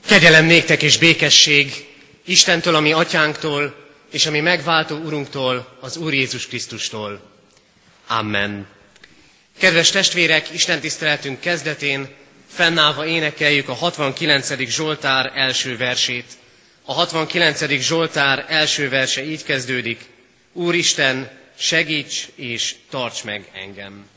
Kegyelem néktek és békesség Istentől, a mi atyánktól, és a mi megváltó Urunktól, az Úr Jézus Krisztustól. Amen. Kedves testvérek, istentiszteletünk kezdetén fennállva énekeljük a 69. Zsoltár első versét. A 69. Zsoltár első verse így kezdődik: Úristen, segíts és tarts meg engem!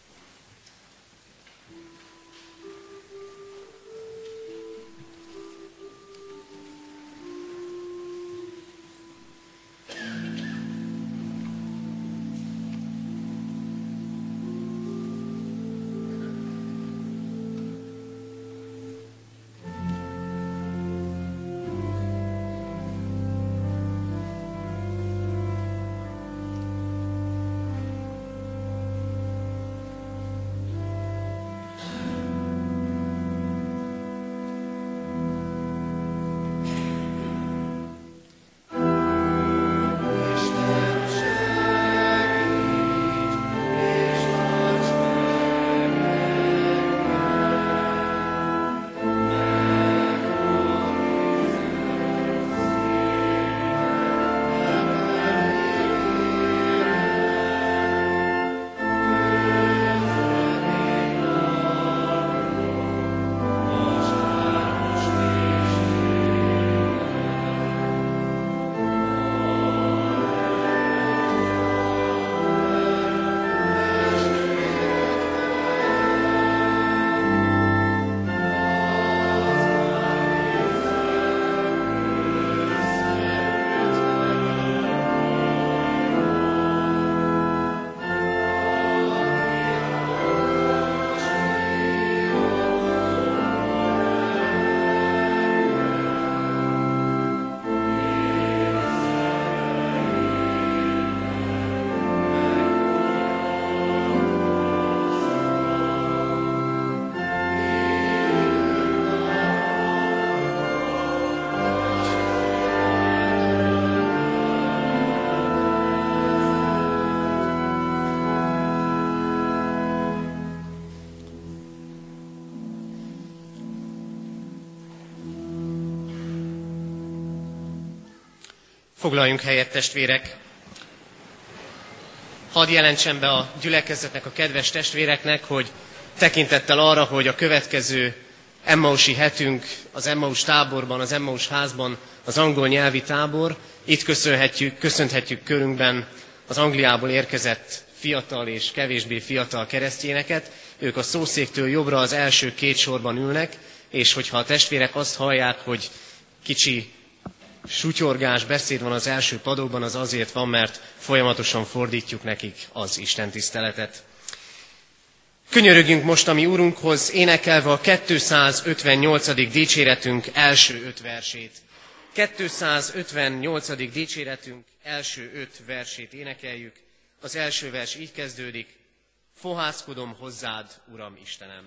Foglaljunk helyet, testvérek! Hadd jelentsem be a gyülekezetnek, a kedves testvéreknek, hogy tekintettel arra, hogy a következő Emmausi hetünk az Emmaus táborban, az Emmaus házban az angol nyelvi tábor, itt köszönhetjük körünkben az Angliából érkezett fiatal és kevésbé fiatal keresztényeket. Ők a szószéktől jobbra az első két sorban ülnek, és hogyha a testvérek azt hallják, hogy kicsi sutyorgás, beszéd van az első padokban, az azért van, mert folyamatosan fordítjuk nekik az istentiszteletet. Könyörögjünk most a mi Urunkhoz, énekelve a 258. dicséretünk első 5 versét. 258. dicséretünk első 5 versét énekeljük. Az első vers így kezdődik: Fohászkodom hozzád, Uram Istenem!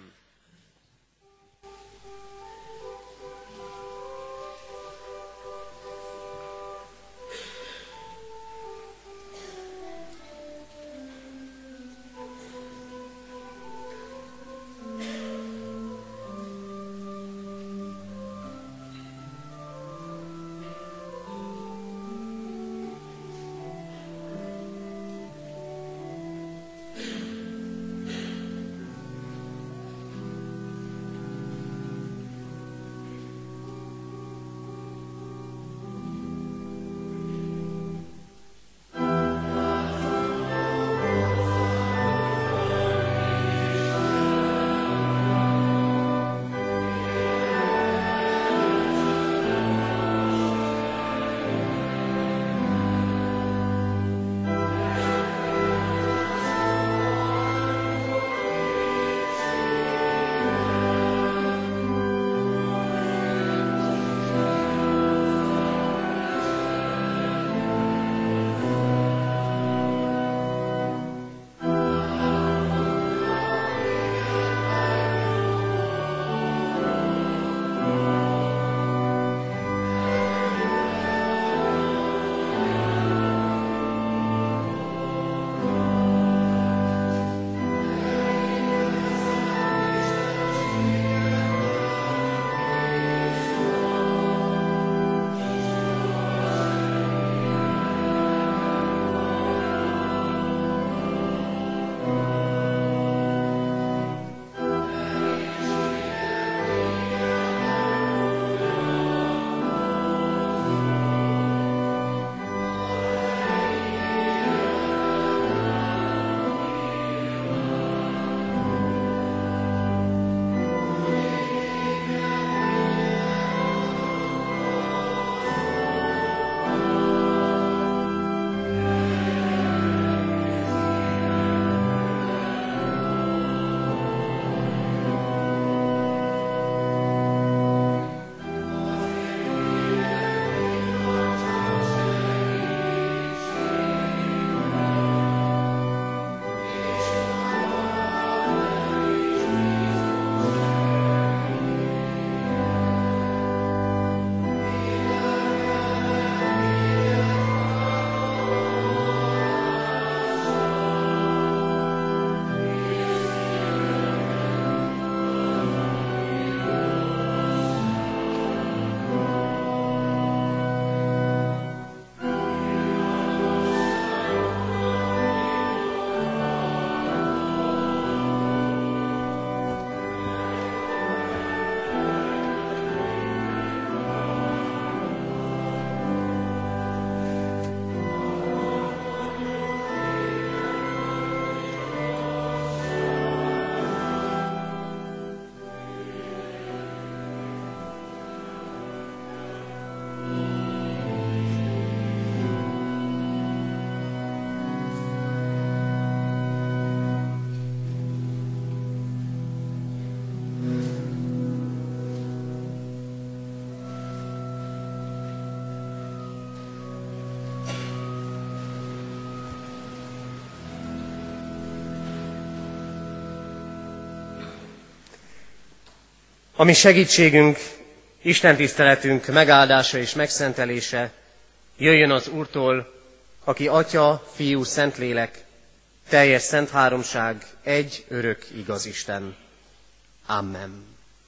Ami segítségünk, Isten tiszteletünk megáldása és megszentelése jöjjön az Úrtól, aki Atya, Fiú, Szentlélek, teljes szent háromság, egy örök igaz Isten. Amen.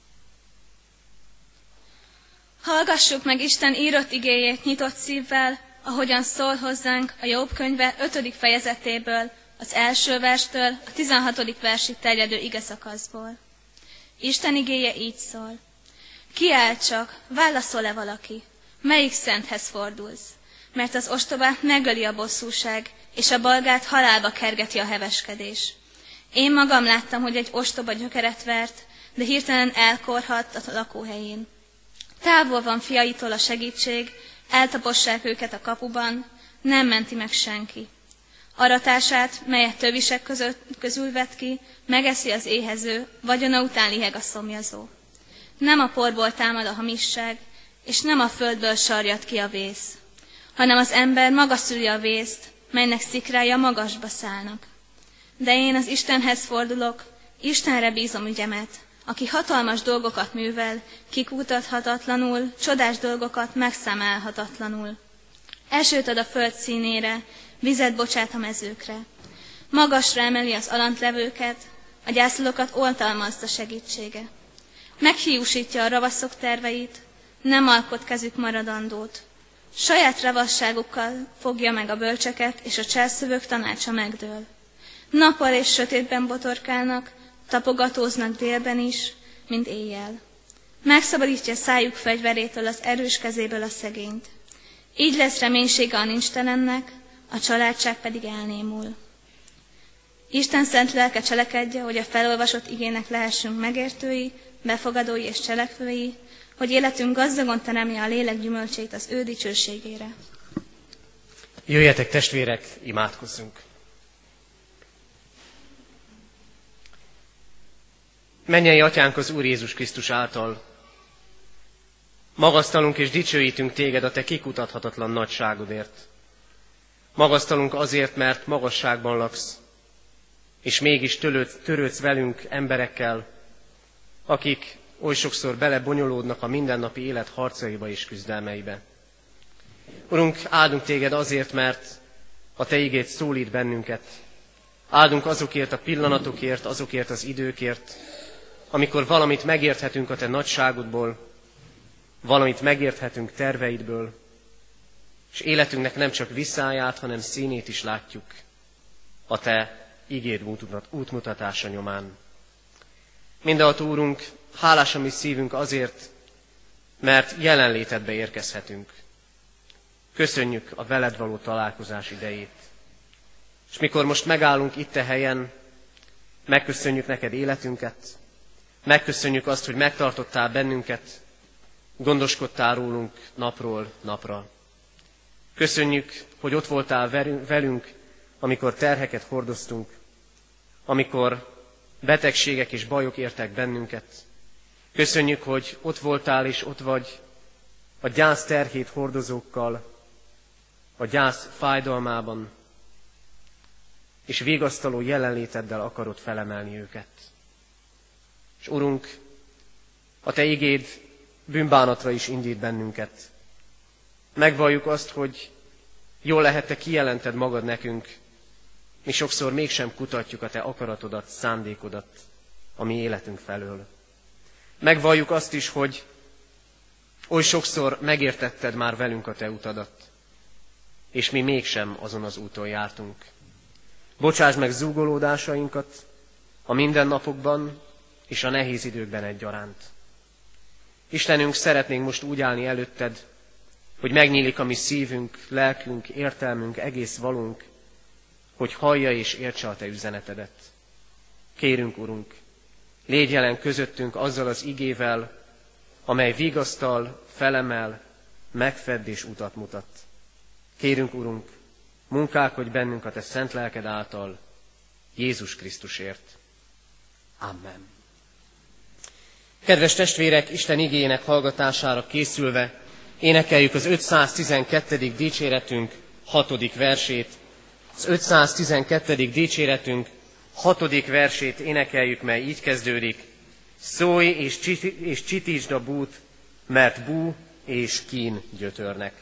Hallgassuk meg Isten írott igéjét nyitott szívvel, ahogyan szól hozzánk a Jobb könyve 5. fejezetéből, az első verstől a 16. versig terjedő igeszakaszból. Isten igéje így szól. Kiáll csak, válaszol-e valaki? Melyik szenthez fordulsz? Mert az ostobát megöli a bosszúság, és a balgát halálba kergeti a heveskedés. Én magam láttam, hogy egy ostoba gyökeret vert, de hirtelen elkorhadt a lakóhelyén. Távol van fiaitól a segítség, eltapossák őket a kapuban, nem menti meg senki. Aratását, melyet tövisek közül vett ki, megeszi az éhező, vagyona után liheg a szomjazó. Nem a porból támad a hamisság, és nem a földből sarjad ki a vész, hanem az ember maga szüli a vészt, melynek szikrája magasba szállnak. De én az Istenhez fordulok, Istenre bízom ügyemet, aki hatalmas dolgokat művel, kikutathatatlanul, csodás dolgokat megszámálhatatlanul. Esőt ad a föld színére, vizet bocsát a mezőkre. Magasra emeli az alantlevőket, a gyászolókat oltalmazza segítsége. Meghiúsítja a ravaszok terveit, nem alkot kezük maradandót. Saját ravasságukkal fogja meg a bölcseket, és a cselszövők tanácsa megdől. Nappal és sötétben botorkálnak, tapogatóznak délben is, mint éjjel. Megszabadítja szájuk fegyverétől, az erős kezéből a szegényt. Így lesz reménysége a nincstelennek, a családság pedig elnémul. Isten szent lelke cselekedje, hogy a felolvasott igének lehessünk megértői, befogadói és cselekvői, hogy életünk gazdagon teremje a lélek gyümölcsét az ő dicsőségére. Jöjjetek, testvérek, imádkozzunk! Mennyei Atyánk az Úr Jézus Krisztus által, magasztalunk és dicsőítünk téged a te kikutathatatlan nagyságodért. Magasztalunk azért, mert magasságban laksz, és mégis törődsz velünk emberekkel, akik oly sokszor belebonyolódnak a mindennapi élet harcaiba és küzdelmeibe. Urunk, áldunk téged azért, mert a te igéd szólít bennünket. Áldunk azokért a pillanatokért, azokért az időkért, amikor valamit megérthetünk a te nagyságodból, valamit megérthetünk terveidből, és életünknek nem csak visszáját, hanem színét is látjuk a te ígéd útmutatása nyomán. Mindenható Úrunk, hálás a mi szívünk azért, mert jelenlétedbe érkezhetünk. Köszönjük a veled való találkozás idejét. És mikor most megállunk itt a helyen, megköszönjük neked életünket, megköszönjük azt, hogy megtartottál bennünket, gondoskodtál rólunk napról napra. Köszönjük, hogy ott voltál velünk, amikor terheket hordoztunk, amikor betegségek és bajok értek bennünket. Köszönjük, hogy ott voltál és ott vagy a gyász terhét hordozókkal, a gyász fájdalmában, és vigasztaló jelenléteddel akarod felemelni őket. És Urunk, a te igéd bűnbánatra is indít bennünket. Megvalljuk azt, hogy jól lehet, te kijelented magad nekünk, mi sokszor mégsem kutatjuk a te akaratodat, szándékodat a mi életünk felől. Megvalljuk azt is, hogy oly sokszor megértetted már velünk a te utadat, és mi mégsem azon az úton jártunk. Bocsásd meg zúgolódásainkat a mindennapokban és a nehéz időkben egyaránt. Istenünk, szeretnénk most úgy állni előtted, hogy megnyílik a mi szívünk, lelkünk, értelmünk, egész valunk, hogy hallja és értse a te üzenetedet. Kérünk, Urunk, légy jelen közöttünk azzal az igével, amely vigasztal, felemel, megfedd és utat mutat. Kérünk, Urunk, munkálkodj bennünk a te szent lelked által, Jézus Krisztusért. Amen. Kedves testvérek, Isten igéjének hallgatására készülve énekeljük az 512. dicséretünk 6. versét. Az 512. dicséretünk 6. versét énekeljük, mely így kezdődik. Szólj és csitítsd a bút, mert bú és kín gyötörnek.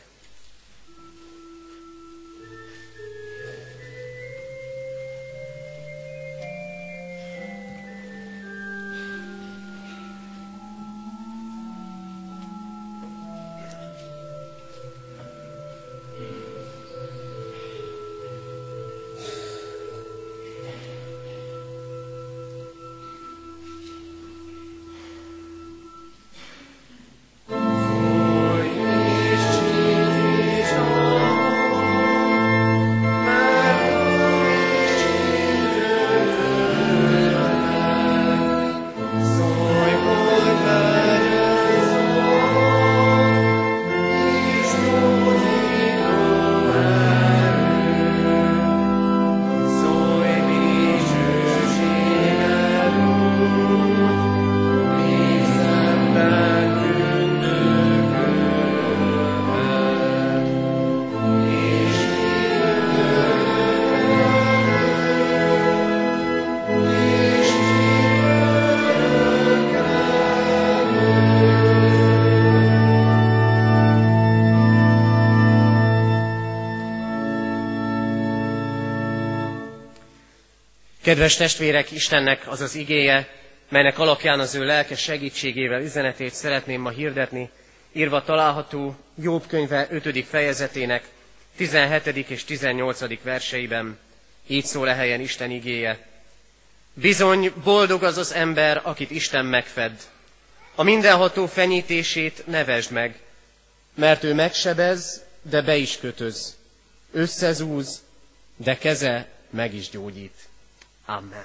Kedves testvérek, Istennek az az igéje, melynek alapján az ő lelke segítségével üzenetét szeretném ma hirdetni, írva található Jobb könyve 5. fejezetének 17. és 18. verseiben. Így szól e helyen Isten igéje. Bizony, boldog az az ember, akit Isten megfed. A mindenható fenyítését ne vesd meg, mert ő megsebez, de be is kötöz. Összezúz, de keze meg is gyógyít. Amen.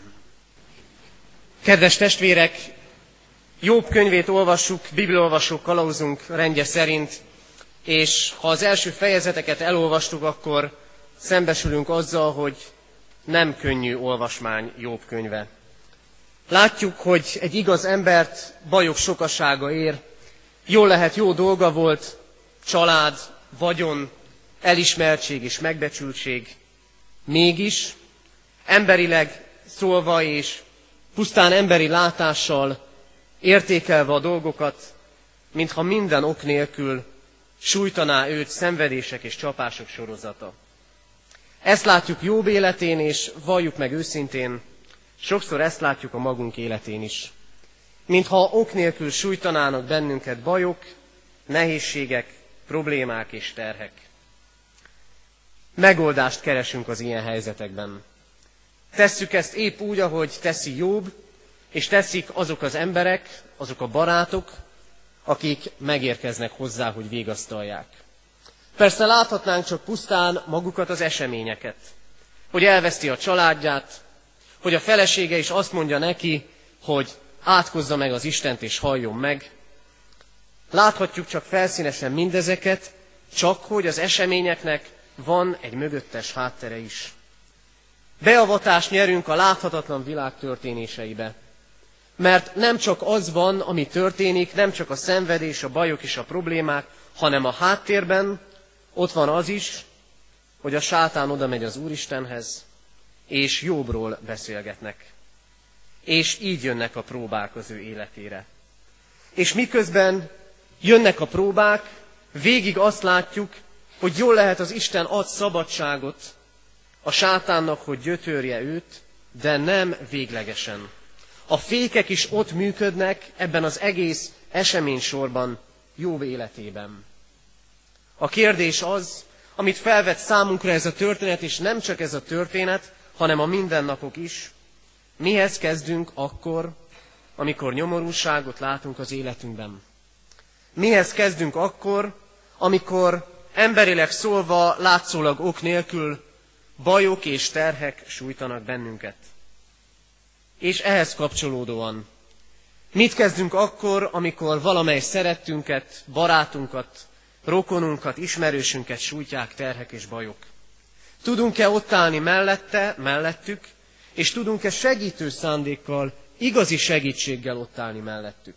Kedves testvérek, Jobb könyvét olvassuk, bibliaolvasó kalauzunk rendje szerint, és ha az első fejezeteket elolvastuk, akkor szembesülünk azzal, hogy nem könnyű olvasmány Jobb könyve. Látjuk, hogy egy igaz embert bajok sokasága ér, jól lehet jó dolga volt, család, vagyon, elismertség és megbecsültség, mégis emberileg szólva és pusztán emberi látással értékelve a dolgokat, mintha minden ok nélkül sújtaná őt szenvedések és csapások sorozata. Ezt látjuk Jobb életén, és valljuk meg őszintén, sokszor ezt látjuk a magunk életén is. Mintha ok nélkül sújtanának bennünket bajok, nehézségek, problémák és terhek. Megoldást keresünk az ilyen helyzetekben. Tesszük ezt épp úgy, ahogy teszi Jobb, és teszik azok az emberek, azok a barátok, akik megérkeznek hozzá, hogy vigasztalják. Persze láthatnánk csak pusztán magukat az eseményeket, hogy elveszti a családját, hogy a felesége is azt mondja neki, hogy átkozza meg az Istent és halljon meg. Láthatjuk csak felszínesen mindezeket, csak hogy az eseményeknek van egy mögöttes háttere is. Beavatást nyerünk a láthatatlan világ történéseibe. Mert nem csak az van, ami történik, nem csak a szenvedés, a bajok és a problémák, hanem a háttérben ott van az is, hogy a sátán oda megy az Úristenhez, és Jobbról beszélgetnek. És így jönnek a próbák az ő életére. És miközben jönnek a próbák, végig azt látjuk, hogy jól lehet az Isten ad szabadságot a sátánnak, hogy gyötörje őt, de nem véglegesen. A fékek is ott működnek ebben az egész eseménysorban, Jobb életében. A kérdés az, amit felvet számunkra ez a történet, és nem csak ez a történet, hanem a mindennapok is, mihez kezdünk akkor, amikor nyomorúságot látunk az életünkben? Mihez kezdünk akkor, amikor emberileg szólva látszólag ok nélkül bajok és terhek sújtanak bennünket? És ehhez kapcsolódóan, mit kezdünk akkor, amikor valamely szerettünket, barátunkat, rokonunkat, ismerősünket sújtják terhek és bajok? Tudunk-e ott állni mellettük, és tudunk-e segítő szándékkal, igazi segítséggel ott állni mellettük?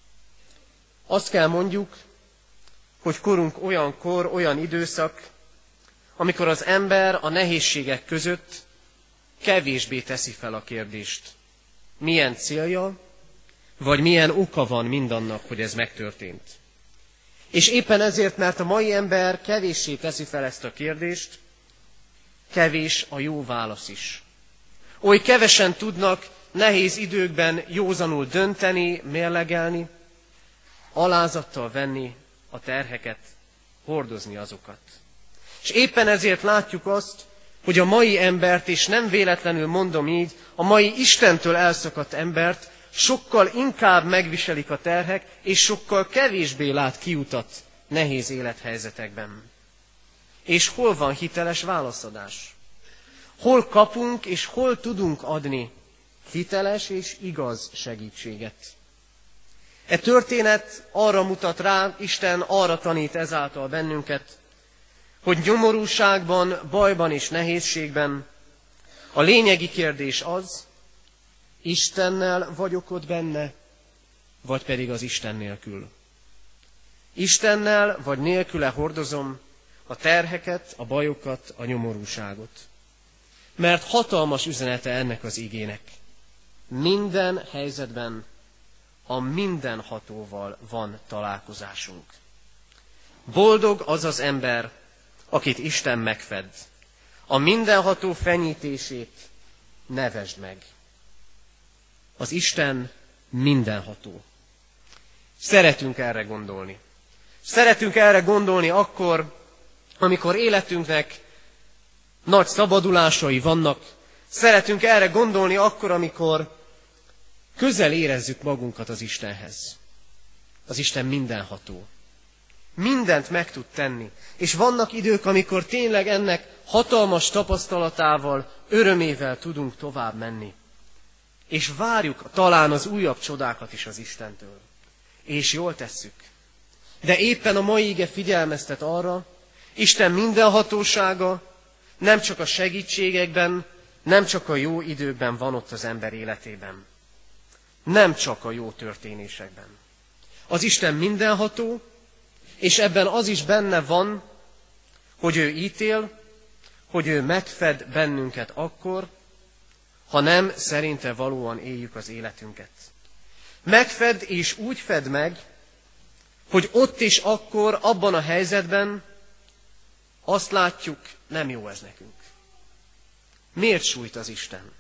Azt kell mondjuk, hogy korunk olyan kor, olyan időszak, amikor az ember a nehézségek között kevésbé teszi fel a kérdést. Milyen célja, vagy milyen oka van mindannak, hogy ez megtörtént. És éppen ezért, mert a mai ember kevéssé teszi fel ezt a kérdést, kevés a jó válasz is. Oly kevesen tudnak nehéz időkben józanul dönteni, mérlegelni, alázattal venni a terheket, hordozni azokat. És éppen ezért látjuk azt, hogy a mai embert, és nem véletlenül mondom így, a mai Istentől elszakadt embert sokkal inkább megviselik a terhek, és sokkal kevésbé lát kiutat nehéz élethelyzetekben. És hol van hiteles válaszadás? Hol kapunk és hol tudunk adni hiteles és igaz segítséget? E történet arra mutat rá, Isten arra tanít ezáltal bennünket, hogy nyomorúságban, bajban és nehézségben a lényegi kérdés az, Istennel vagyok ott benne, vagy pedig az Isten nélkül. Istennel vagy nélküle hordozom a terheket, a bajokat, a nyomorúságot. Mert hatalmas üzenete ennek az igének. Minden helyzetben a mindenhatóval van találkozásunk. Boldog az az ember, akit Isten megfed. A mindenható fenyítését nevesd meg. Az Isten mindenható. Szeretünk erre gondolni. Szeretünk erre gondolni akkor, amikor életünknek nagy szabadulásai vannak. Szeretünk erre gondolni akkor, amikor közel érezzük magunkat az Istenhez. Az Isten mindenható. Mindent meg tud tenni. És vannak idők, amikor tényleg ennek hatalmas tapasztalatával, örömével tudunk tovább menni. És várjuk talán az újabb csodákat is az Istentől. És jól tesszük. De éppen a mai ige figyelmeztet arra, Isten mindenhatósága nem csak a segítségekben, nem csak a jó időkben van ott az ember életében. Nem csak a jó történésekben. Az Isten mindenható, és ebben az is benne van, hogy ő ítél, hogy ő megfed bennünket akkor, ha nem szerinte valóan éljük az életünket. Megfed és úgy fed meg, hogy ott és akkor, abban a helyzetben azt látjuk, nem jó ez nekünk. Miért sújt az Isten?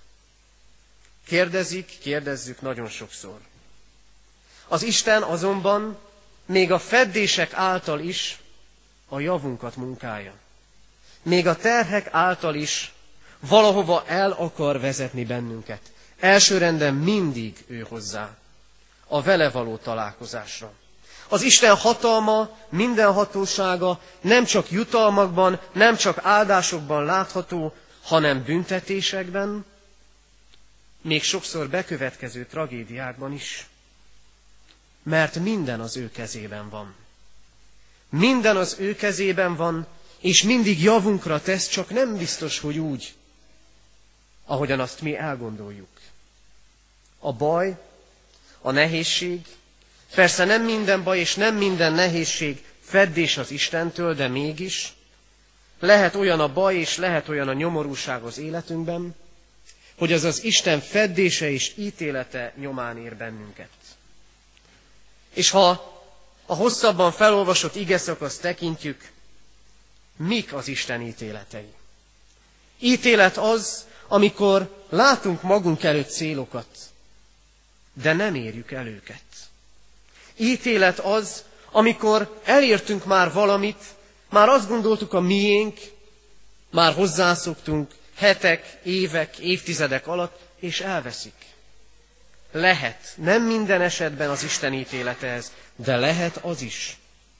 Kérdezzük nagyon sokszor. Az Isten azonban még a feddések által is a javunkat munkálja. Még a terhek által is valahova el akar vezetni bennünket. Elsőrenden mindig ő hozzá, a vele való találkozásra. Az Isten hatalma, mindenhatósága nem csak jutalmakban, nem csak áldásokban látható, hanem büntetésekben, még sokszor bekövetkező tragédiákban is. Mert minden az ő kezében van. Minden az ő kezében van, és mindig javunkra tesz, csak nem biztos, hogy úgy, ahogyan azt mi elgondoljuk. A baj, a nehézség, persze nem minden baj és nem minden nehézség feddés az Istentől, de mégis lehet olyan a baj és lehet olyan a nyomorúság az életünkben, hogy az az Isten feddése és ítélete nyomán ér bennünket. És ha a hosszabban felolvasott igeszakaszt tekintjük, mik az Isten ítéletei? Ítélet az, amikor látunk magunk előtt célokat, de nem érjük el őket. Ítélet az, amikor elértünk már valamit, már azt gondoltuk a miénk, már hozzászoktunk hetek, évek, évtizedek alatt, és elveszik. Lehet, nem minden esetben az Isten ítélete ez, de lehet az is.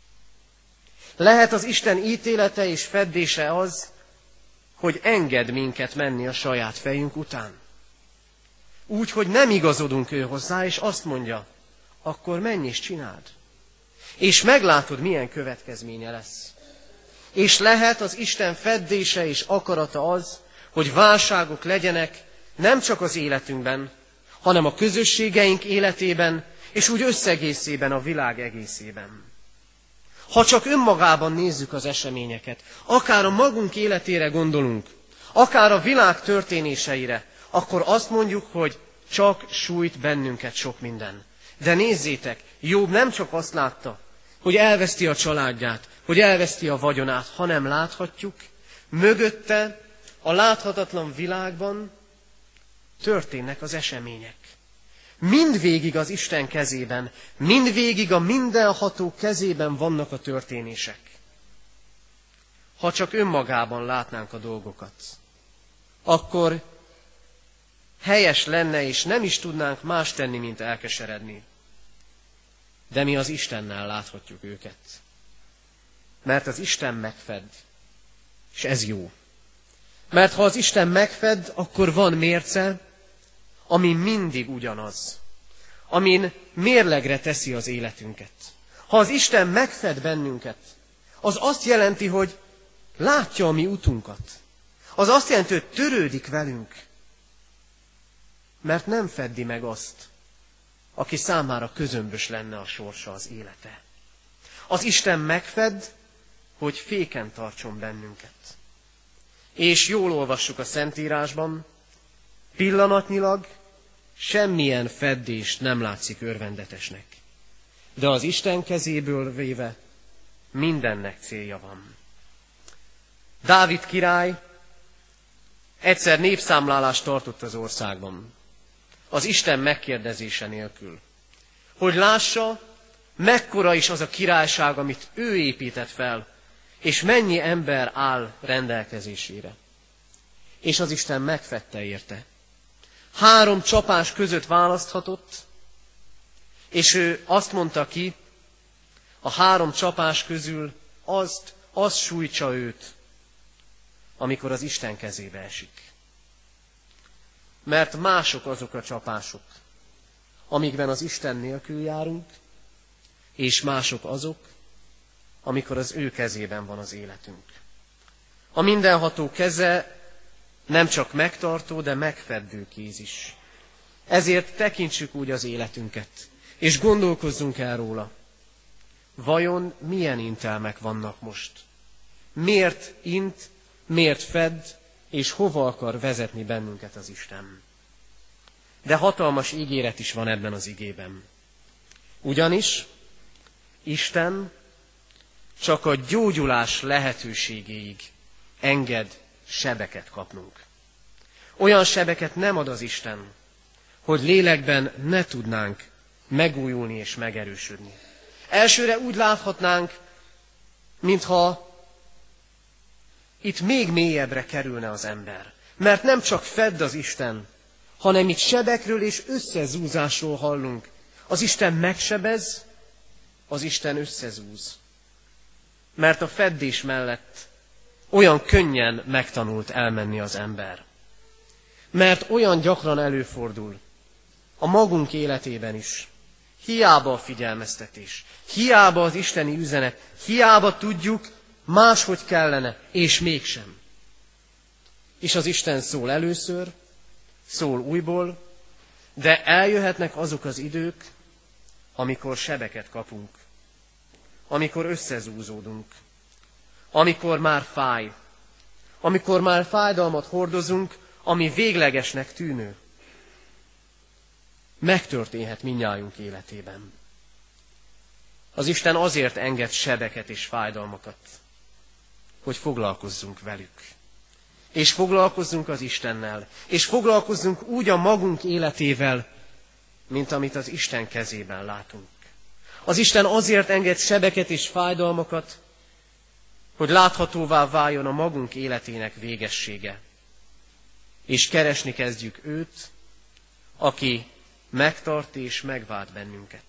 Lehet az Isten ítélete és feddése az, hogy enged minket menni a saját fejünk után. Úgy, hogy nem igazodunk ő hozzá, és azt mondja, akkor menj és csináld. És meglátod, milyen következménye lesz. És lehet az Isten feddése és akarata az, hogy válságok legyenek nem csak az életünkben, hanem a közösségeink életében, és úgy összegészében a világ egészében. Ha csak önmagában nézzük az eseményeket, akár a magunk életére gondolunk, akár a világ történéseire, akkor azt mondjuk, hogy csak sújt bennünket sok minden. De nézzétek, Jobb nem csak azt látta, hogy elveszti a családját, hogy elveszti a vagyonát, hanem láthatjuk, mögötte a láthatatlan világban történnek az események. Mindvégig az Isten kezében, mindvégig a mindenható kezében vannak a történések. Ha csak önmagában látnánk a dolgokat, akkor helyes lenne, és nem is tudnánk más tenni, mint elkeseredni. De mi az Istennel láthatjuk őket. Mert az Isten megfed, és ez jó. Mert ha az Isten megfed, akkor van mérce, ami mindig ugyanaz, amin mérlegre teszi az életünket. Ha az Isten megfed bennünket, az azt jelenti, hogy látja a mi utunkat. Az azt jelenti, hogy törődik velünk, mert nem feddi meg azt, aki számára közömbös lenne a sorsa, az élete. Az Isten megfed, hogy féken tartson bennünket. És jól olvassuk a Szentírásban, pillanatnyilag semmilyen feddés nem látszik örvendetesnek. De az Isten kezéből véve mindennek célja van. Dávid király egyszer népszámlálást tartott az országban, az Isten megkérdezése nélkül, hogy lássa, mekkora is az a királyság, amit ő épített fel, és mennyi ember áll rendelkezésére. És az Isten megfedte érte. 3 csapás között választhatott, és ő azt mondta ki, a 3 csapás közül azt sújtsa őt, amikor az Isten kezébe esik. Mert mások azok a csapások, amikben az Isten nélkül járunk, és mások azok, amikor az ő kezében van az életünk. A mindenható keze nem csak megtartó, de megfeddő kéz is. Ezért tekintsük úgy az életünket, és gondolkozzunk el róla. Vajon milyen intelmek vannak most? Miért int, miért fed, és hova akar vezetni bennünket az Isten? De hatalmas ígéret is van ebben az igében. Ugyanis Isten csak a gyógyulás lehetőségéig enged sebeket kapnunk. Olyan sebeket nem ad az Isten, hogy lélekben ne tudnánk megújulni és megerősödni. Elsőre úgy láthatnánk, mintha itt még mélyebbre kerülne az ember. Mert nem csak fedd az Isten, hanem itt sebekről és összezúzásról hallunk. Az Isten megsebez, az Isten összezúz. Mert a feddés mellett olyan könnyen megtanult elmenni az ember. Mert olyan gyakran előfordul a magunk életében is. Hiába a figyelmeztetés, hiába az isteni üzenet, hiába tudjuk, máshogy kellene, és mégsem. És az Isten szól először, szól újból, de eljöhetnek azok az idők, amikor sebeket kapunk, amikor összezúzódunk, amikor már fáj, amikor már fájdalmat hordozunk, ami véglegesnek tűnő. Megtörténhet mindnyájunk életében. Az Isten azért enged sebeket és fájdalmakat, hogy foglalkozzunk velük. És foglalkozzunk az Istennel, és foglalkozzunk úgy a magunk életével, mint amit az Isten kezében látunk. Az Isten azért enged sebeket és fájdalmakat, hogy láthatóvá váljon a magunk életének végessége. És keresni kezdjük őt, aki megtart és megvált bennünket.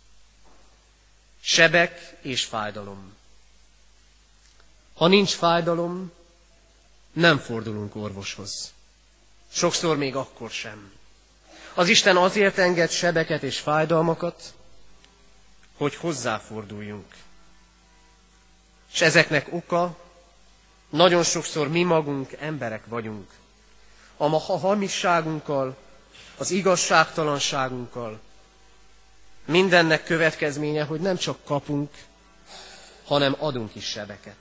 Sebek és fájdalom. Ha nincs fájdalom, nem fordulunk orvoshoz. Sokszor még akkor sem. Az Isten azért enged sebeket és fájdalmakat, hogy hozzáforduljunk. És ezeknek oka, nagyon sokszor mi magunk emberek vagyunk. A hamisságunkkal, az igazságtalanságunkkal. Mindennek következménye, hogy nem csak kapunk, hanem adunk is sebeket.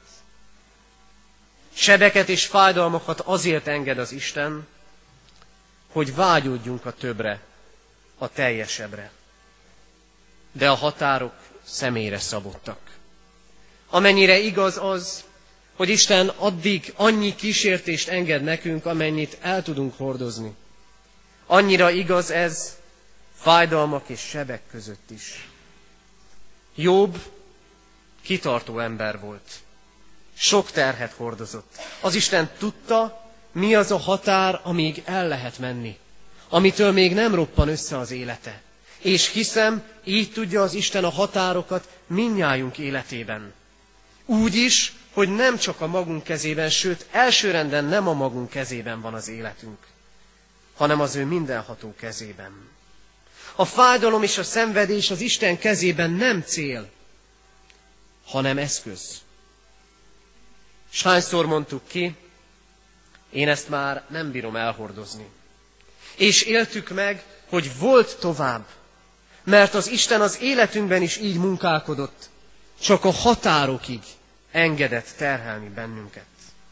Sebeket és fájdalmakat azért enged az Isten, hogy vágyódjunk a többre, a teljesebbre. de a határok személyre szabottak. Amennyire igaz az, hogy Isten addig annyi kísértést enged nekünk, amennyit el tudunk hordozni. Annyira igaz ez fájdalmak és sebek között is. Jobb kitartó ember volt. Sok terhet hordozott. Az Isten tudta, mi az a határ, amíg el lehet menni, amitől még nem roppan össze az élete. És hiszem, így tudja az Isten a határokat mindnyájunk életében. Úgy is, hogy nem csak a magunk kezében, sőt, elsőrenden nem a magunk kezében van az életünk, hanem az ő mindenható kezében. A fájdalom és a szenvedés az Isten kezében nem cél, hanem eszköz. S hányszor mondtuk ki, én ezt már nem bírom elhordozni. És éltük meg, hogy volt tovább, mert az Isten az életünkben is így munkálkodott, csak a határokig engedett terhelni bennünket.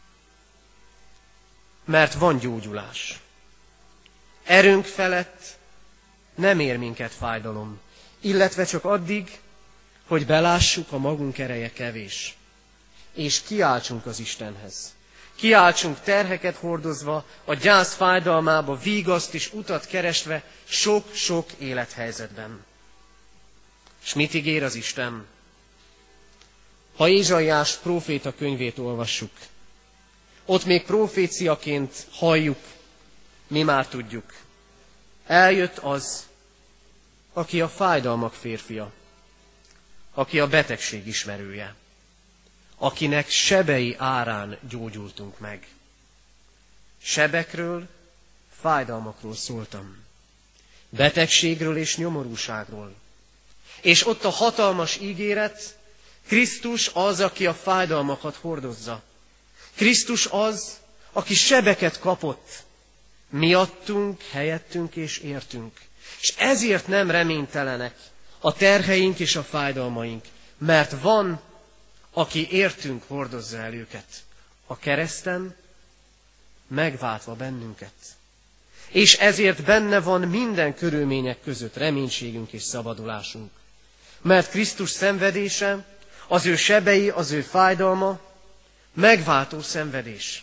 Mert van gyógyulás. Erőnk felett nem ér minket fájdalom, illetve csak addig, hogy belássuk, a magunk ereje kevés, és kiáltsunk az Istenhez. Kiáltsunk terheket hordozva, a gyász fájdalmába, vígaszt és utat keresve sok-sok élethelyzetben. S mit ígér az Isten? Ha Ézsaiás próféta könyvét olvassuk, ott még proféciaként halljuk, mi már tudjuk. Eljött az, aki a fájdalmak férfia, aki a betegség ismerője, akinek sebei árán gyógyultunk meg. Sebekről, fájdalmakról szóltam. Betegségről és nyomorúságról. És ott a hatalmas ígéret, Krisztus az, aki a fájdalmakat hordozza. Krisztus az, aki sebeket kapott, miattunk, helyettünk és értünk. És ezért nem reménytelenek a terheink és a fájdalmaink, mert van, aki értünk hordozza el őket a kereszten, megváltva bennünket. És ezért benne van minden körülmények között reménységünk és szabadulásunk. Mert Krisztus szenvedése, az ő sebei, az ő fájdalma megváltó szenvedés.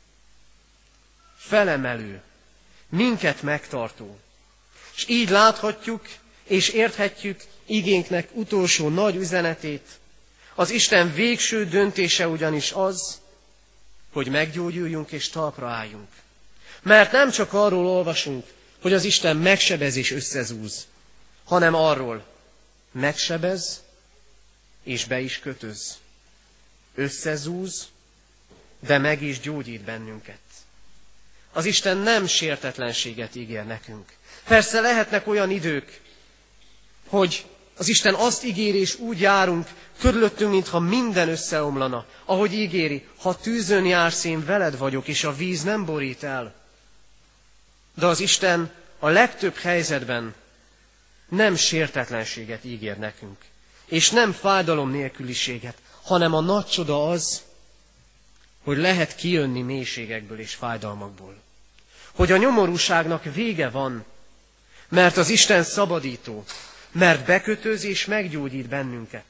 Felemelő, minket megtartó. És így láthatjuk és érthetjük igénknek utolsó nagy üzenetét. Az Isten végső döntése ugyanis az, hogy meggyógyuljunk és talpra álljunk. Mert nem csak arról olvasunk, hogy az Isten megsebez és összezúz, hanem arról, megsebez és be is kötöz. Összezúz, de meg is gyógyít bennünket. Az Isten nem sértetlenséget ígér nekünk. Persze lehetnek olyan idők, hogy az Isten azt ígéri, és úgy járunk körülöttünk, mintha minden összeomlana. Ahogy ígéri, ha tűzön jársz, én veled vagyok, és a víz nem borít el. De az Isten a legtöbb helyzetben nem sértetlenséget ígér nekünk, és nem fájdalom nélküliséget, hanem a nagy csoda az, hogy lehet kijönni mélységekből és fájdalmakból. Hogy a nyomorúságnak vége van, mert az Isten szabadító, mert bekötöz és meggyógyít bennünket.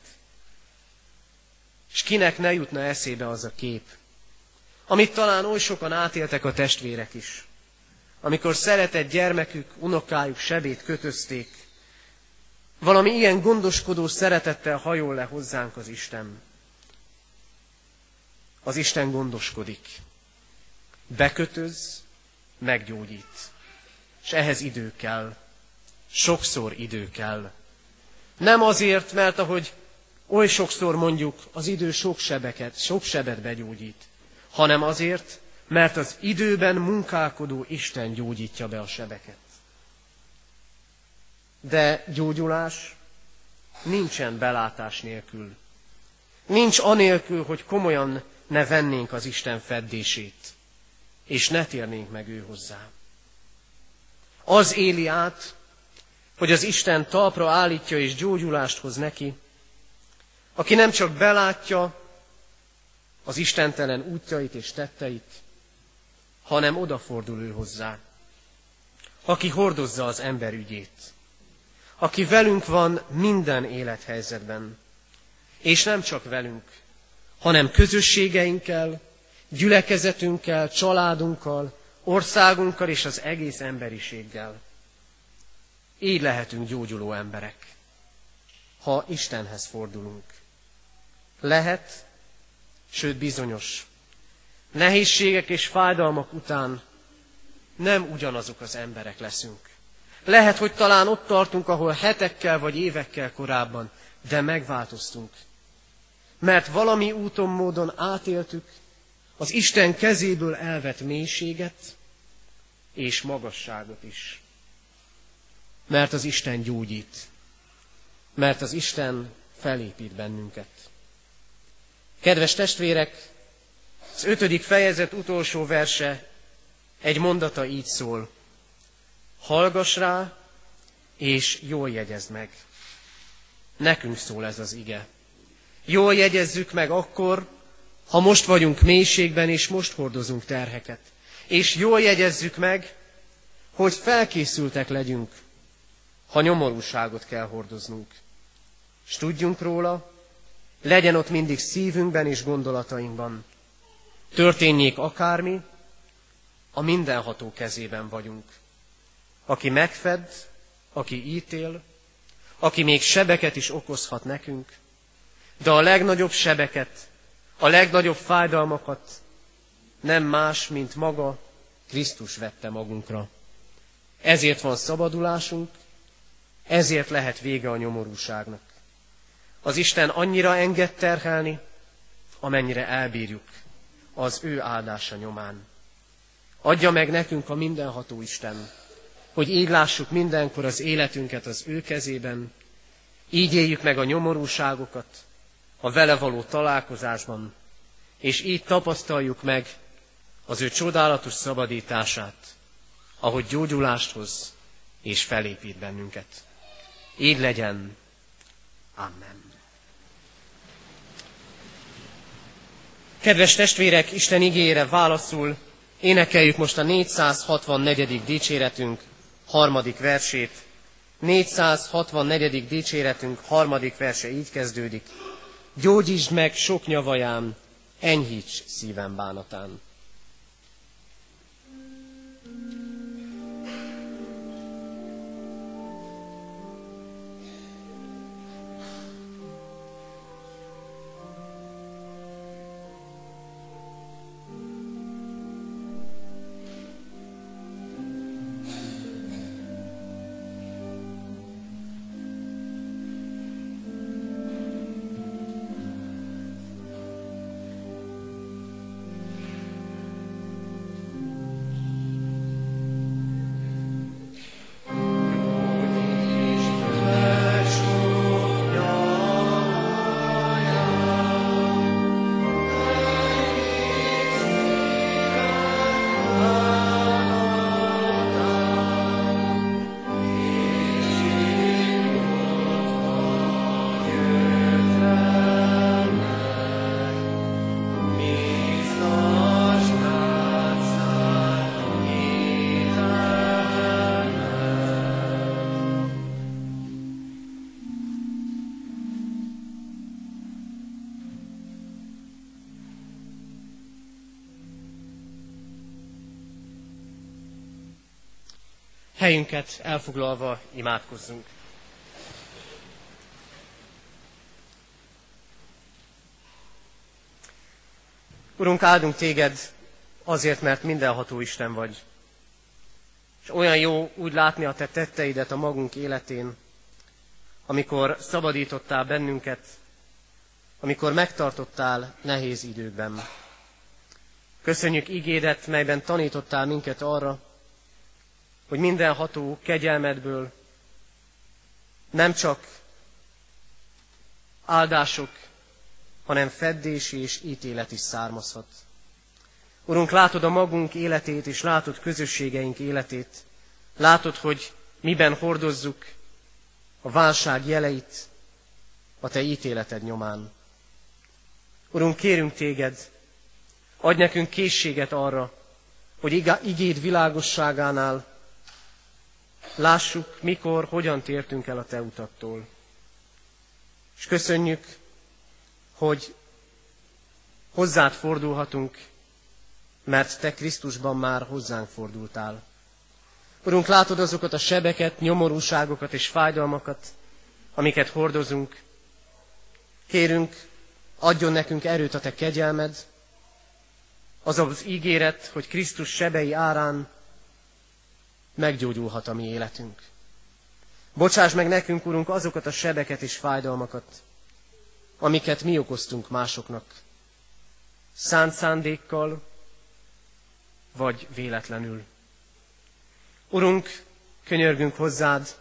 És kinek ne jutna eszébe az a kép, amit talán oly sokan átéltek a testvérek is, amikor szeretett gyermekük, unokájuk sebét kötözték, valami ilyen gondoskodó szeretettel hajol le hozzánk az Isten. Az Isten gondoskodik, bekötöz, meggyógyít. És ehhez idő kell, sokszor idő kell. Nem azért, mert ahogy oly sokszor mondjuk, az idő sok sebet begyógyít, hanem azért, mert az időben munkálkodó Isten gyógyítja be a sebeket. De gyógyulás nincsen belátás nélkül. Nincs anélkül, hogy komolyan ne vennénk az Isten feddését, és ne térnénk meg ő hozzá. Az éli át, hogy az Isten talpra állítja és gyógyulást hoz neki, aki nem csak belátja az istentelen útjait és tetteit, hanem odafordul ő hozzá, aki hordozza az ember ügyét, aki velünk van minden élethelyzetben. És nem csak velünk, hanem közösségeinkkel, gyülekezetünkkel, családunkkal, országunkkal és az egész emberiséggel. Így lehetünk gyógyuló emberek, ha Istenhez fordulunk. Lehet, sőt bizonyos, nehézségek és fájdalmak után nem ugyanazok az emberek leszünk. Lehet, hogy talán ott tartunk, ahol hetekkel vagy évekkel korábban, de megváltoztunk. Mert valami úton, módon átéltük az Isten kezéből elvett mélységet és magasságot is. Mert az Isten gyógyít. Mert az Isten felépít bennünket. Kedves testvérek, az 5. fejezet utolsó verse egy mondata így szól. Hallgass rá, és jól jegyezd meg. Nekünk szól ez az ige. Jól jegyezzük meg akkor, ha most vagyunk mélységben, és most hordozunk terheket. És jól jegyezzük meg, hogy felkészültek legyünk, ha nyomorúságot kell hordoznunk. És tudjunk róla, legyen ott mindig szívünkben és gondolatainkban. Történjék akármi, a mindenható kezében vagyunk. Aki megfed, aki ítél, aki még sebeket is okozhat nekünk, de a legnagyobb sebeket, a legnagyobb fájdalmakat nem más, mint maga Krisztus vette magunkra. Ezért van szabadulásunk, ezért lehet vége a nyomorúságnak. Az Isten annyira enged terhelni, amennyire elbírjuk az ő áldása nyomán. Adja meg nekünk a mindenható Isten, hogy így lássuk mindenkor az életünket az ő kezében, így éljük meg a nyomorúságokat a vele való találkozásban, és így tapasztaljuk meg az ő csodálatos szabadítását, ahogy gyógyulást hoz és felépít bennünket. Így legyen. Amen. Kedves testvérek, Isten igéjére válaszul énekeljük most a 464. dicséretünk 3. versét. 464. dicséretünk 3. verse így kezdődik. Gyógyítsd meg sok nyavajám, enyhíts szívem bánatán. Helyünket elfoglalva imádkozzunk. Urunk, áldunk téged azért, mert mindenható Isten vagy. És olyan jó úgy látni a te tetteidet a magunk életén, amikor szabadítottál bennünket, amikor megtartottál nehéz időkben. Köszönjük igédet, melyben tanítottál minket arra, hogy mindenható kegyelmedből nem csak áldások, hanem feddés és ítélet is származhat. Urunk, látod a magunk életét, és látod közösségeink életét. Látod, hogy miben hordozzuk a válság jeleit a te ítéleted nyomán. Urunk, kérünk téged, adj nekünk készséget arra, hogy igéd világosságánál lássuk, mikor, hogyan tértünk el a Te utattól. És köszönjük, hogy hozzád fordulhatunk, mert Te Krisztusban már hozzánk fordultál. Urunk, látod azokat a sebeket, nyomorúságokat és fájdalmakat, amiket hordozunk. Kérünk, adjon nekünk erőt a Te kegyelmed, az az ígéret, hogy Krisztus sebei árán meggyógyulhat a mi életünk. Bocsáss meg nekünk, Urunk, azokat a sebeket és fájdalmakat, amiket mi okoztunk másoknak, szánt szándékkal, vagy véletlenül. Urunk, könyörgünk hozzád,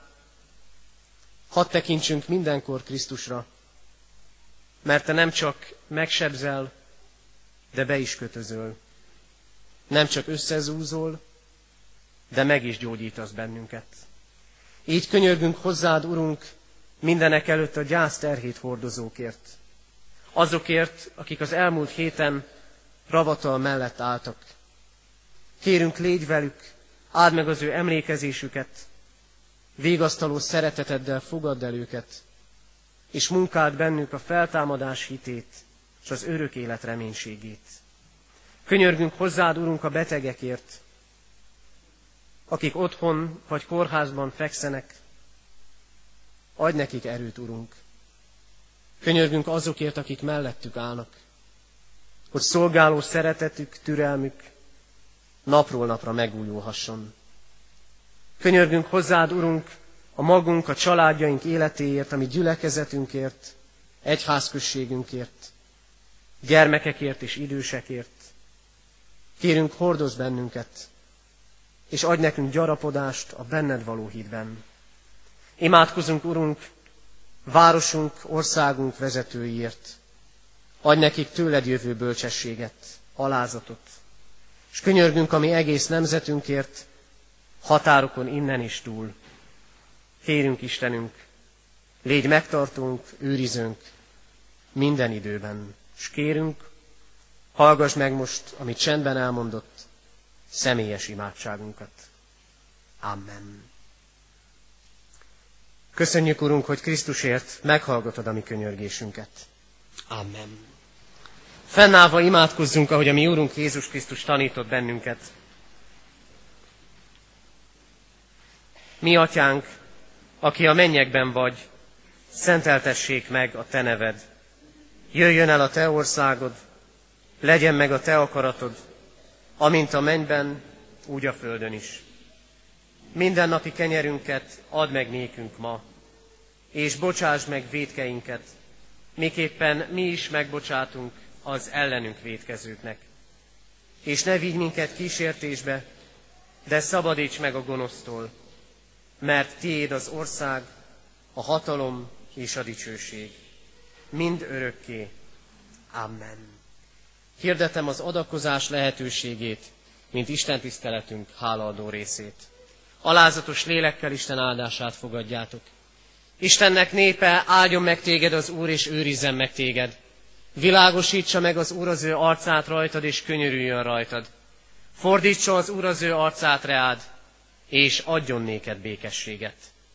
hadd tekintsünk mindenkor Krisztusra, mert Te nem csak megsebzel, de be is kötözöl. Nem csak összezúzol, de meg is gyógyítasz bennünket. Így könyörgünk hozzád, Urunk, mindenek előtt a gyászterhét hordozókért. Azokért, akik az elmúlt héten ravatal mellett álltak. Kérünk, légy velük, áld meg az ő emlékezésüket, végasztaló szereteteddel fogadd el őket, és munkáld bennük a feltámadás hitét és az örök élet reménységét. Könyörgünk hozzád, Urunk, a betegekért, akik otthon vagy kórházban fekszenek, adj nekik erőt, Urunk. Könyörgünk azokért, akik mellettük állnak, hogy szolgáló szeretetük, türelmük napról napra megújulhasson. Könyörgünk hozzád, Urunk, a magunk, a családjaink életéért, a mi gyülekezetünkért, egyházközségünkért, gyermekekért és idősekért. Kérünk, hordozz bennünket, és adj nekünk gyarapodást a benned való hitben. Imádkozunk, Urunk, városunk, országunk vezetőiért. Adj nekik tőled jövő bölcsességet, alázatot. És könyörgünk a mi egész nemzetünkért, határokon innen is túl. Kérünk, Istenünk, légy megtartónk, őrizőnk minden időben. És kérünk, hallgass meg most, amit csendben elmondott, személyes imádságunkat. Amen. Köszönjük, Urunk, hogy Krisztusért meghallgatod a mi könyörgésünket. Amen. Fennállva imádkozzunk, ahogy a mi Úrunk Jézus Krisztus tanított bennünket. Mi Atyánk, aki a mennyekben vagy, szenteltessék meg a Te neved. Jöjjön el a Te országod, legyen meg a Te akaratod, amint a mennyben, úgy a földön is. Mindennapi kenyerünket add meg nékünk ma, és bocsásd meg vétkeinket, miképpen mi is megbocsátunk az ellenünk vétkezőknek. És ne vigy minket kísértésbe, de szabadíts meg a gonosztól, mert tiéd az ország, a hatalom és a dicsőség. Mind örökké. Amen. Hirdetem az adakozás lehetőségét, mint Isten tiszteletünk hálaadó részét. Alázatos lélekkel Isten áldását fogadjátok. Istennek népe, áldjon meg téged az Úr, és őrizzen meg téged. Világosítsa meg az Úr az ő arcát rajtad, és könyörüljön rajtad. Fordítsa az Úr az ő arcát reád, és adjon néked békességet.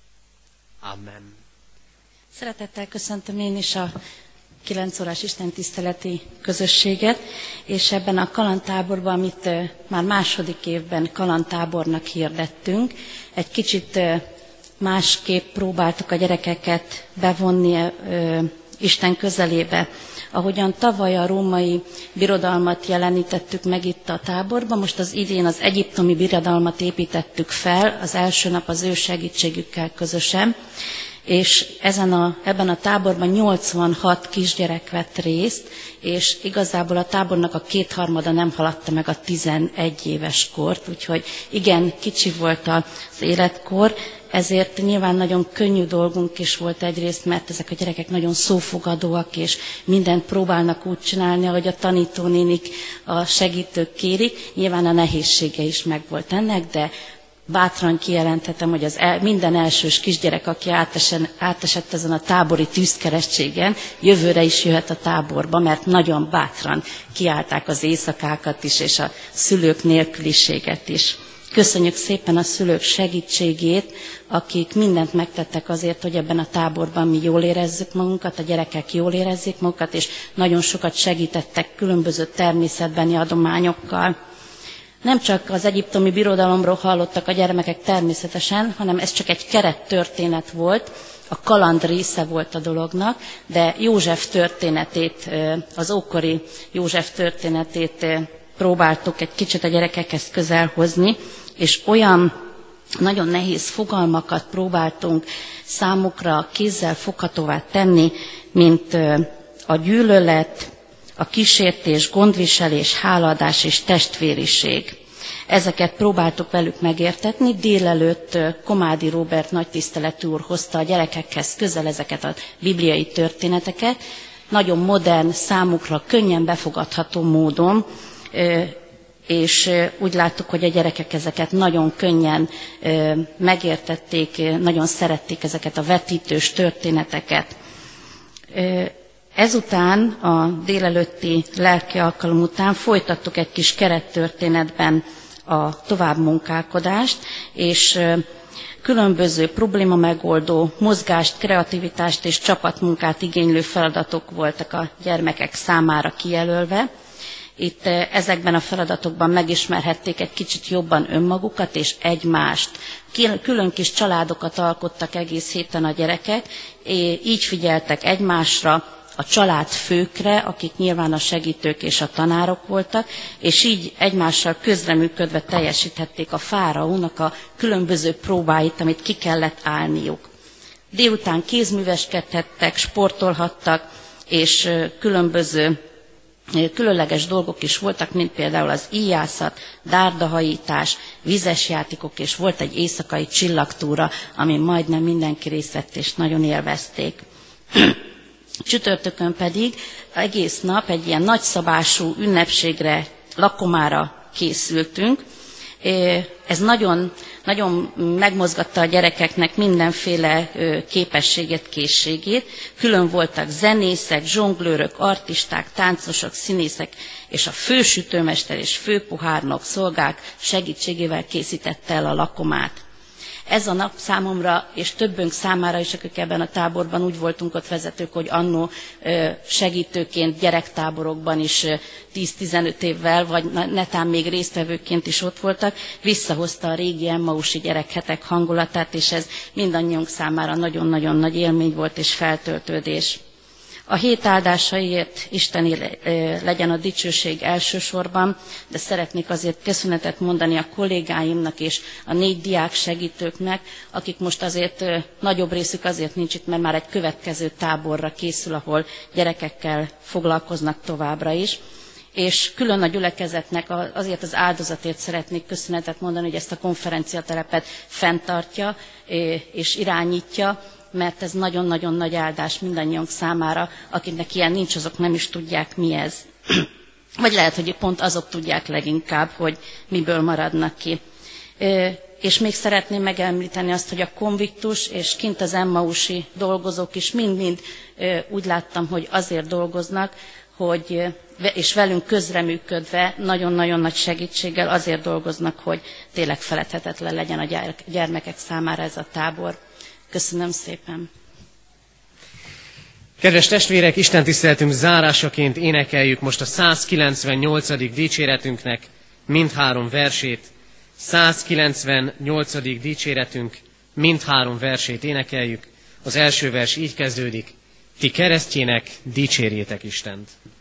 Amen. Szeretettel köszöntöm én is a 9 órás istentiszteleti közösséget, és ebben a kalandtáborban, amit már második évben kalandtábornak hirdettünk, egy kicsit másképp próbáltuk a gyerekeket bevonni Isten közelébe. Ahogyan tavaly a római birodalmat jelenítettük meg itt a táborban, most az idén az egyiptomi birodalmat építettük fel, az első nap az ő segítségükkel közösen, és ebben a táborban 86 kisgyerek vett részt, és igazából a tábornak a 2/3 nem haladta meg a 11 éves kort, úgyhogy igen, kicsi volt az életkor, ezért nyilván nagyon könnyű dolgunk is volt egyrészt, mert ezek a gyerekek nagyon szófogadóak, és mindent próbálnak úgy csinálni, ahogy a tanítónénik, a segítők kérik. Nyilván a nehézsége is megvolt ennek, de bátran kijelenthetem, hogy minden elsős kisgyerek, aki átesett ezen a tábori tűzkeresztségen, jövőre is jöhet a táborba, mert nagyon bátran kiállták az éjszakákat is, és a szülők nélküliséget is. Köszönjük szépen a szülők segítségét, akik mindent megtettek azért, hogy ebben a táborban mi jól érezzük magunkat, a gyerekek jól érezzék magukat, és nagyon sokat segítettek különböző természetbeni adományokkal. Nem csak az egyiptomi birodalomról hallottak a gyermekek természetesen, hanem ez csak egy kerettörténet volt, a kaland része volt a dolognak, de József történetét, az ókori József történetét próbáltuk egy kicsit a gyerekekhez közel hozni, és olyan nagyon nehéz fogalmakat próbáltunk számukra kézzel foghatóvá tenni, mint a gyűlölet, a kísértés, gondviselés, hálaadás és testvériség. Ezeket próbáltuk velük megértetni. Délelőtt Komádi Róbert nagytiszteletű úr hozta a gyerekekhez közel ezeket a bibliai történeteket, nagyon modern, számukra könnyen befogadható módon, és úgy láttuk, hogy a gyerekek ezeket nagyon könnyen megértették, nagyon szerették ezeket a vetítős történeteket. Ezután, a délelőtti lelki alkalom után folytattuk egy kis kerettörténetben a továbbmunkálkodást, és különböző problémamegoldó, mozgást, kreativitást és csapatmunkát igénylő feladatok voltak a gyermekek számára kijelölve. Itt ezekben a feladatokban megismerhették egy kicsit jobban önmagukat és egymást. Külön kis családokat alkottak egész héten a gyerekek, így figyeltek egymásra, a családfőkre, akik nyilván a segítők és a tanárok voltak, és így egymással közreműködve teljesíthették a fáraónak a különböző próbáit, amit ki kellett állniuk. Délután kézműveskedhettek, sportolhattak, és különleges dolgok is voltak, mint például az íjászat, dárdahajítás, vizes játékok, és volt egy éjszakai csillagtúra, amin majdnem mindenki részt vett, és nagyon élvezték. Csütörtökön pedig egész nap egy ilyen nagyszabású ünnepségre, lakomára készültünk. Ez nagyon, nagyon megmozgatta a gyerekeknek mindenféle képességét, készségét. Külön voltak zenészek, zsonglőrök, artisták, táncosok, színészek, és a fősütőmester és főpuhárnok, szolgák segítségével készítette el a lakomát. Ez a nap számomra, és többünk számára is, akik ebben a táborban úgy voltunk ott vezetők, hogy annó segítőként gyerektáborokban is 10-15 évvel, vagy netán még résztvevőként is ott voltak, visszahozta a régi emmausi gyerekhetek hangulatát, és ez mindannyiunk számára nagyon-nagyon nagy élmény volt és feltöltődés. A hét áldásaiért Isteni legyen a dicsőség elsősorban, de szeretnék azért köszönetet mondani a kollégáimnak és a 4 diák segítőknek, akik most azért nagyobb részük azért nincs itt, mert már egy következő táborra készül, ahol gyerekekkel foglalkoznak továbbra is. És külön a gyülekezetnek azért az áldozatért szeretnék köszönetet mondani, hogy ezt a konferenciatelepet fenntartja és irányítja, mert ez nagyon-nagyon nagy áldás mindannyiunk számára, akiknek ilyen nincs, azok nem is tudják, mi ez. Vagy lehet, hogy pont azok tudják leginkább, hogy miből maradnak ki. És még szeretném megemlíteni azt, hogy a konviktus és kint az emmausi dolgozók is mind-mind úgy láttam, hogy azért dolgoznak, hogy, és velünk közreműködve nagyon-nagyon nagy segítséggel azért dolgoznak, hogy tényleg feledhetetlen legyen a gyermekek számára ez a tábor. Köszönöm szépen! Kedves testvérek, Isten tiszteletünk zárásaként énekeljük most a 198. dicséretünknek mindhárom versét. 198. dicséretünk mindhárom versét énekeljük. Az első vers így kezdődik: Ti keresztjének dicsérjétek Istent!